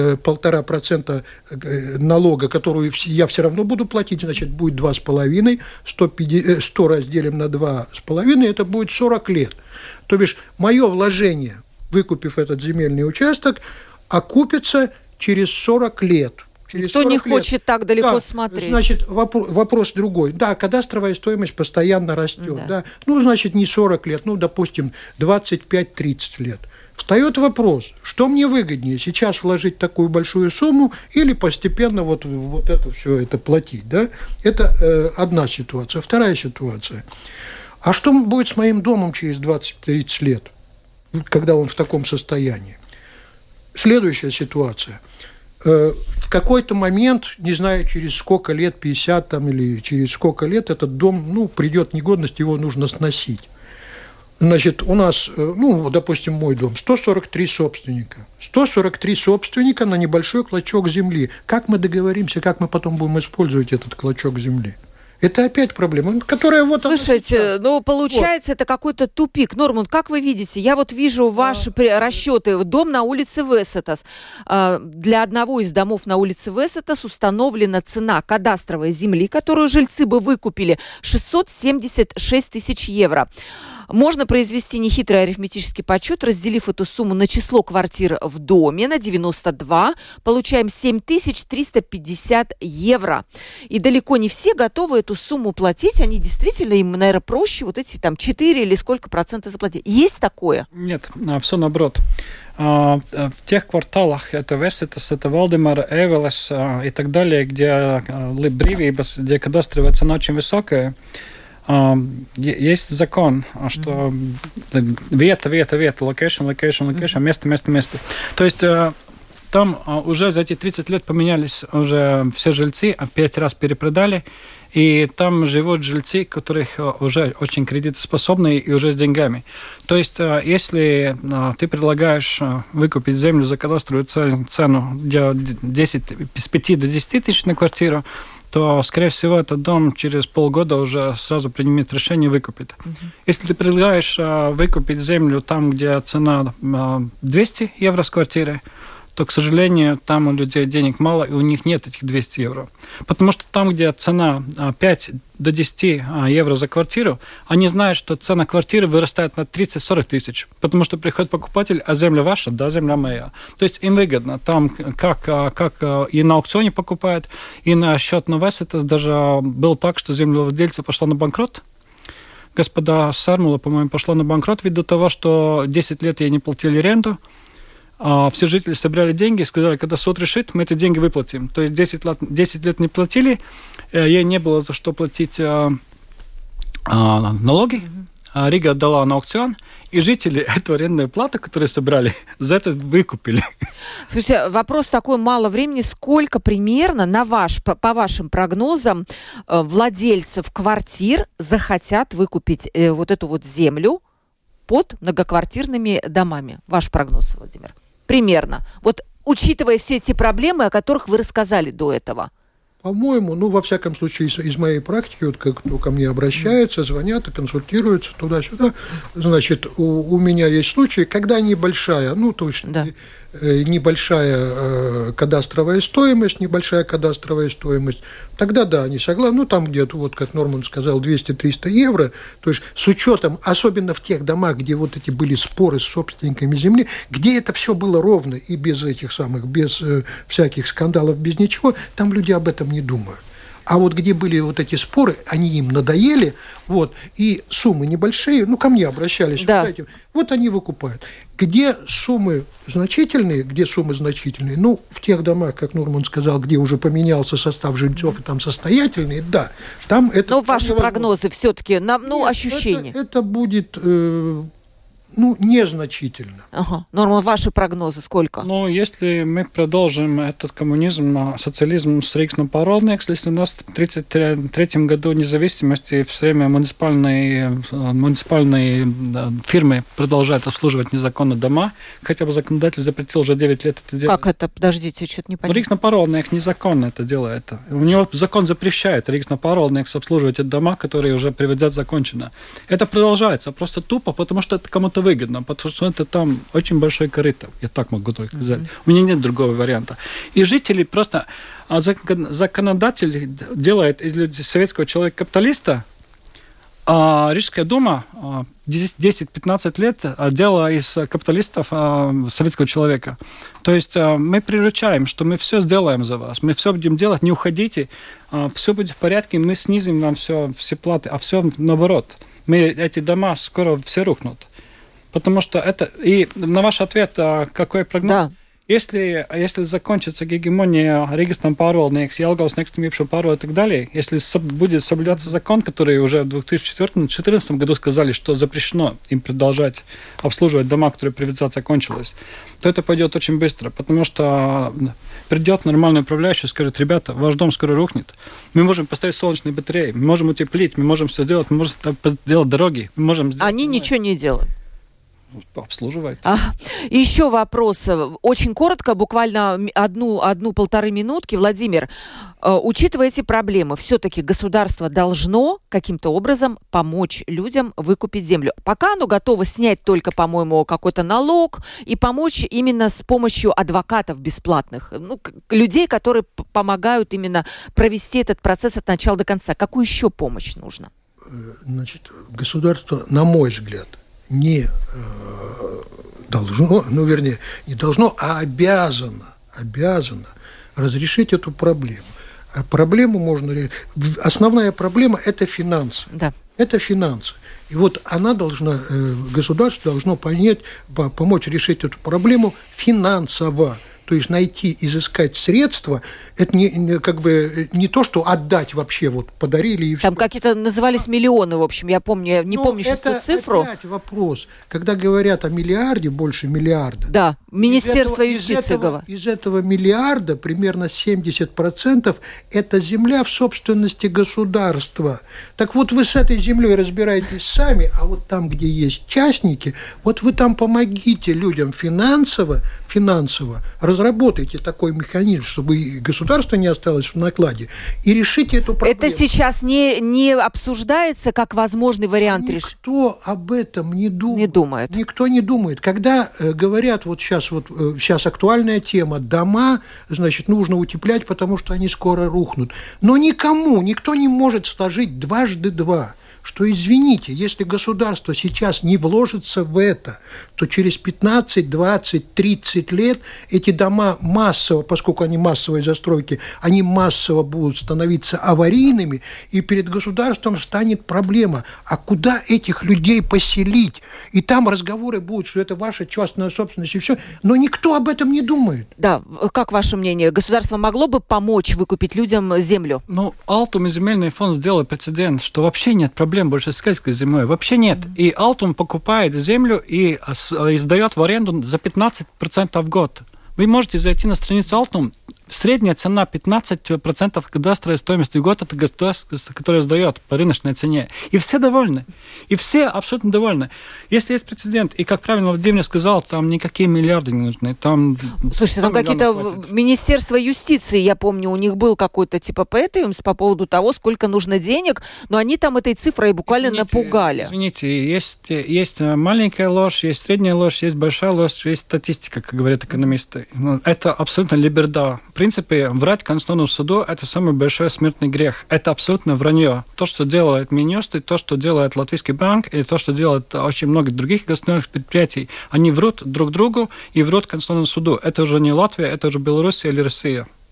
1,5% налога, которую я все равно буду платить, значит, будет 2,5, 100 разделим на 2,5, это будет 40 лет. То бишь, мое вложение, выкупив этот земельный участок, окупится через 40 лет. Никто не хочет так далеко смотреть. Значит, вопрос другой. Да, кадастровая стоимость постоянно растет. Да. Ну, значит, не 40 лет, ну, допустим, 25-30 лет. Встает вопрос, что мне выгоднее, сейчас вложить такую большую сумму или постепенно вот это все это платить. Да? Это одна ситуация. Вторая ситуация. А что будет с моим домом через 20-30 лет, когда он в таком состоянии? Следующая ситуация. В какой-то момент, не знаю, через сколько лет, 50 там, или через сколько лет, этот дом, ну, придет в негодность, его нужно сносить. Значит, у нас, ну, допустим, мой дом, 143 собственника. 143 собственника на небольшой клочок земли. Как мы договоримся, как мы потом будем использовать этот клочок земли? Это опять проблема, которая вот... Слушайте, ну, получается, это какой-то тупик. Нормунд, как вы видите, я вот вижу ваши расчеты. Дом на улице Весетас. Для одного из домов на улице Весетас установлена цена кадастровой земли, которую жильцы бы выкупили, 676 тысяч евро. Можно произвести нехитрый арифметический подсчет, разделив эту сумму на число квартир в доме, на 92, получаем 7350 евро. И далеко не все готовы эту сумму платить, они действительно, им, наверное, проще вот эти там 4 или сколько процентов заплатить. Есть такое? Нет, все наоборот. В тех кварталах, это Весетас, это Валдемара, Эвелес и так далее, где Брīvības, где кадастровая цена очень высокая, есть закон, что вета, location, место. То есть там уже за эти 30 лет поменялись уже все жильцы, 5 раз перепродали, и там живут жильцы, которых уже очень кредитоспособные и уже с деньгами. То есть если ты предлагаешь выкупить землю за кадастровую цену с 5 до 10 тысяч на квартиру, то, скорее всего, этот дом через полгода уже сразу примет решение выкупить. Если ты предлагаешь выкупить землю там, где цена 200 евро с квартиры, то, к сожалению, там у людей денег мало, и у них нет этих 200 евро. Потому что там, где цена 5 до 10 евро за квартиру, они знают, что цена квартиры вырастает на 30-40 тысяч, потому что приходит покупатель, а земля ваша, да, земля моя. То есть им выгодно. Там как и на аукционе покупают, и на счет на Весетас даже было так, что землевладельцы пошла на банкрот. Господа Сармула, по-моему, пошла на банкрот ввиду того, что 10 лет ей не платили аренду. Все жители собрали деньги и сказали, когда суд решит, мы эти деньги выплатим. То есть 10 лет не платили, ей не было за что платить налоги. Рига отдала на аукцион, и жители эту арендную плату, которую собрали, за это выкупили. Слушайте, вопрос такой, мало времени. Сколько примерно, по вашим прогнозам, владельцев квартир захотят выкупить вот эту вот землю под многоквартирными домами? Ваш прогноз, Владимир. Примерно. Вот учитывая все эти проблемы, о которых вы рассказали до этого. По-моему, ну, во всяком случае, из моей практики, вот как кто ко мне обращается, звонят и консультируются туда-сюда, значит, у меня есть случаи, когда небольшая, ну, точно, да. Небольшая кадастровая стоимость, тогда да, они согласны, ну, там где-то, вот как Нормунд сказал, 200-300 евро, то есть с учетом, особенно в тех домах, где вот эти были споры с собственниками земли, где это все было ровно и без этих самых, без всяких скандалов, без ничего, там люди об этом не думают. А вот где были вот эти споры, они им надоели, вот, и суммы небольшие, ну, ко мне обращались, да. Вот они выкупают. Где суммы значительные, ну, в тех домах, как Нормунд сказал, где уже поменялся состав жильцов, и там состоятельные, да, там это... Но ваши прогнозы все-таки, ощущения? Это будет... Незначительно. Ага. Норма, ваши прогнозы сколько? Если мы продолжим этот коммунизм, социализм с Рикс-Паролникс, если у нас в 1933 году независимости все время муниципальные фирмы продолжают обслуживать незаконно дома, хотя бы законодатель запретил уже 9 лет это делать. Как это? Подождите, что-то не понятно. Рикс-Паролникс незаконно это делает. У него закон запрещает Рикс-Паролникс обслуживать эти дома, которые уже приводят закончено. Это продолжается просто тупо, потому что это кому-то выгодно, потому что это там очень большой корыто. Я так могу только сказать. У меня нет другого варианта. И жители просто... Законодатель делает из советского человека-капиталиста, а Рижская дума 10-15 лет делала из капиталистов советского человека. То есть мы приручаем, что мы все сделаем за вас, мы все будем делать, не уходите, все будет в порядке, мы снизим вам все платы, а все наоборот. Эти дома скоро все рухнут. Потому что это... И на ваш ответ, какой прогноз? Да. Если закончится гегемония Ригс-Паролникс, Jelgavas nekustamības pārvalde и так далее, если будет соблюдаться закон, который уже в 2014 году сказали, что запрещено им продолжать обслуживать дома, которые приватизация кончилась, то это пойдет очень быстро, потому что придет нормальный управляющий и скажет: ребята, ваш дом скоро рухнет, мы можем поставить солнечные батареи, мы можем утеплить, мы можем все сделать, мы можем сделать дороги, мы можем сделать... Они ничего не делают. Обслуживает. И еще вопрос. Очень коротко, буквально одну-полторы минутки. Владимир, учитывая эти проблемы, все-таки государство должно каким-то образом помочь людям выкупить землю. Пока оно готово снять только, по-моему, какой-то налог и помочь именно с помощью адвокатов бесплатных. Людей, которые помогают именно провести этот процесс от начала до конца. Какую еще помощь нужно? Значит, государство, на мой взгляд, не должно, не должно, а обязано разрешить эту проблему. А проблему можно решить. Основная проблема – это финансы. Да. Это финансы. И вот она должна, государство должно помочь решить эту проблему финансово. То есть найти, изыскать средства, это не то, что отдать вообще, подарили и все. Там какие-то назывались миллионы, в общем, я помню, не помню сейчас ту цифру. Это опять вопрос. Когда говорят о миллиарде, больше миллиарда. Да, Министерство юстиции говорит. Из этого миллиарда примерно 70% это земля в собственности государства. Так вот вы с этой землей разбираетесь сами, а вот там, где есть частники, вот вы там помогите людям финансово разработайте такой механизм, чтобы государство не осталось в накладе, и решите эту проблему. Это сейчас не обсуждается как возможный вариант решения? Никто об этом не думает. Никто не думает. Когда говорят, сейчас актуальная тема, дома, значит, нужно утеплять, потому что они скоро рухнут. Но никто не может сложить дважды два. Что, извините, если государство сейчас не вложится в это, то через 15, 20, 30 лет эти дома массово, поскольку они массовые застройки, они массово будут становиться аварийными, и перед государством станет проблема, а куда этих людей поселить? И там разговоры будут, что это ваша частная собственность и все, но никто об этом не думает. Да, как ваше мнение, государство могло бы помочь выкупить людям землю? Алтум и земельный фонд сделали прецедент, что вообще нет проблем больше с сельской землей. Вообще нет. И Алтум покупает землю и сдает в аренду за 15% в год. Вы можете зайти на страницу Алтум. Средняя цена 15% кадастровой стоимости в год, это государство, которое сдает по рыночной цене. И все довольны. И все абсолютно довольны. Если есть прецедент, и, как правильно Владимир сказал, там никакие миллиарды не нужны. Слушайте, там какие-то Министерство юстиции, я помню, у них был какой-то типа пэтиумс по поводу того, сколько нужно денег, но они там этой цифрой буквально напугали. Извините, есть маленькая ложь, есть средняя ложь, есть большая ложь, есть статистика, как говорят экономисты. Это абсолютно либерда. В принципе, врать Конституционному суду – это самый большой смертный грех. Это абсолютно вранье. То, что делает Минюст, и то, что делает Латвийский банк, и то, что делает очень много других государственных предприятий, они врут друг другу и врут Конституционному суду. Это уже не Латвия, это уже Белоруссия или Россия.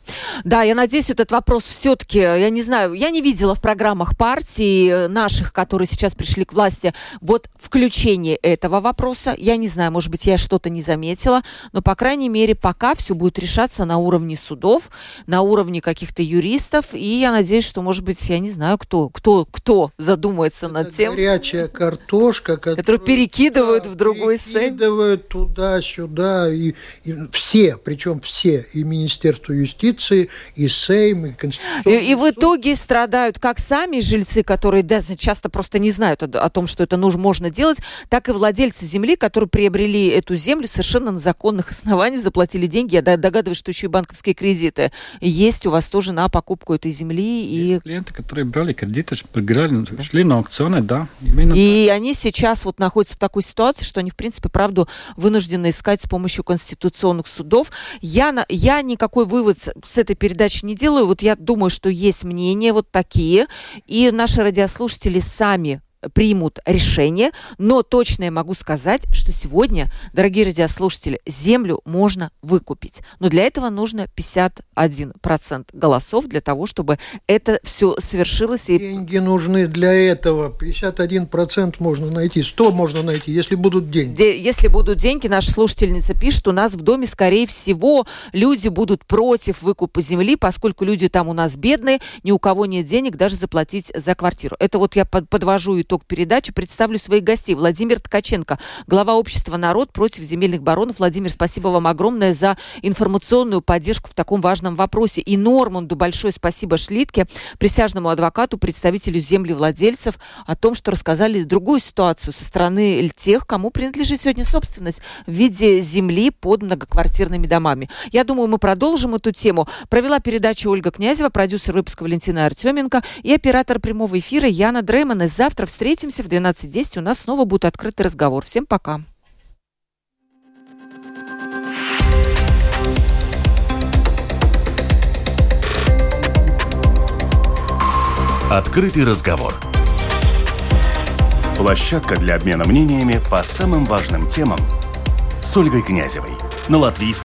Да, я надеюсь, этот вопрос все-таки, я не знаю, я не видела в программах партий наших, которые сейчас пришли к власти, вот включение этого вопроса. Я не знаю, может быть, я что-то не заметила, но, по крайней мере, пока все будет решаться на уровне судов, на уровне каких-то юристов, и я надеюсь, что, может быть, я не знаю, кто задумается над тем. Горячая картошка, которую перекидывают в другой сейм. Перекидывают туда-сюда, и все, причем все, и Министерство юстиции, и Сейм, и Конституционный и в итоге страдают как сами жильцы, которые часто просто не знают о том, что это можно делать, так и владельцы земли, которые приобрели эту землю совершенно на законных основаниях, заплатили деньги. Я догадываюсь, что еще и банковские кредиты есть у вас тоже на покупку этой земли. Есть клиенты, которые брали кредиты, шли на аукционы, да. И они сейчас вот находятся в такой ситуации, что они, в принципе, правду вынуждены искать с помощью конституционных судов. Я никакой вывод с этой передачи не делаю. Вот я думаю, что есть мнения вот такие, и наши радиослушатели сами примут решение, но точно я могу сказать, что сегодня, дорогие радиослушатели, землю можно выкупить. Но для этого нужно 51% голосов для того, чтобы это все свершилось. Деньги нужны для этого. 51% можно найти, 100 можно найти, если будут деньги. Если будут деньги, наша слушательница пишет, у нас в доме, скорее всего, люди будут против выкупа земли, поскольку люди там у нас бедные, ни у кого нет денег даже заплатить за квартиру. Это вот я подвожу итог передачи, представлю своих гостей. Владимир Ткаченко, глава общества «Народ против земельных баронов». Владимир, спасибо вам огромное за информационную поддержку в таком важном вопросе. И Норманду большое спасибо Шлитке, присяжному адвокату, представителю землевладельцев, о том, что рассказали другую ситуацию со стороны тех, кому принадлежит сегодня собственность в виде земли под многоквартирными домами. Я думаю, мы продолжим эту тему. Провела передачу Ольга Князева, продюсер выпуска Валентина Артеменко и оператор прямого эфира Яна Дрейман. Завтра встретимся в 12:10. У нас снова будет открытый разговор. Всем пока. Открытый разговор. Площадка для обмена мнениями по самым важным темам с Ольгой Князевой на Латвийском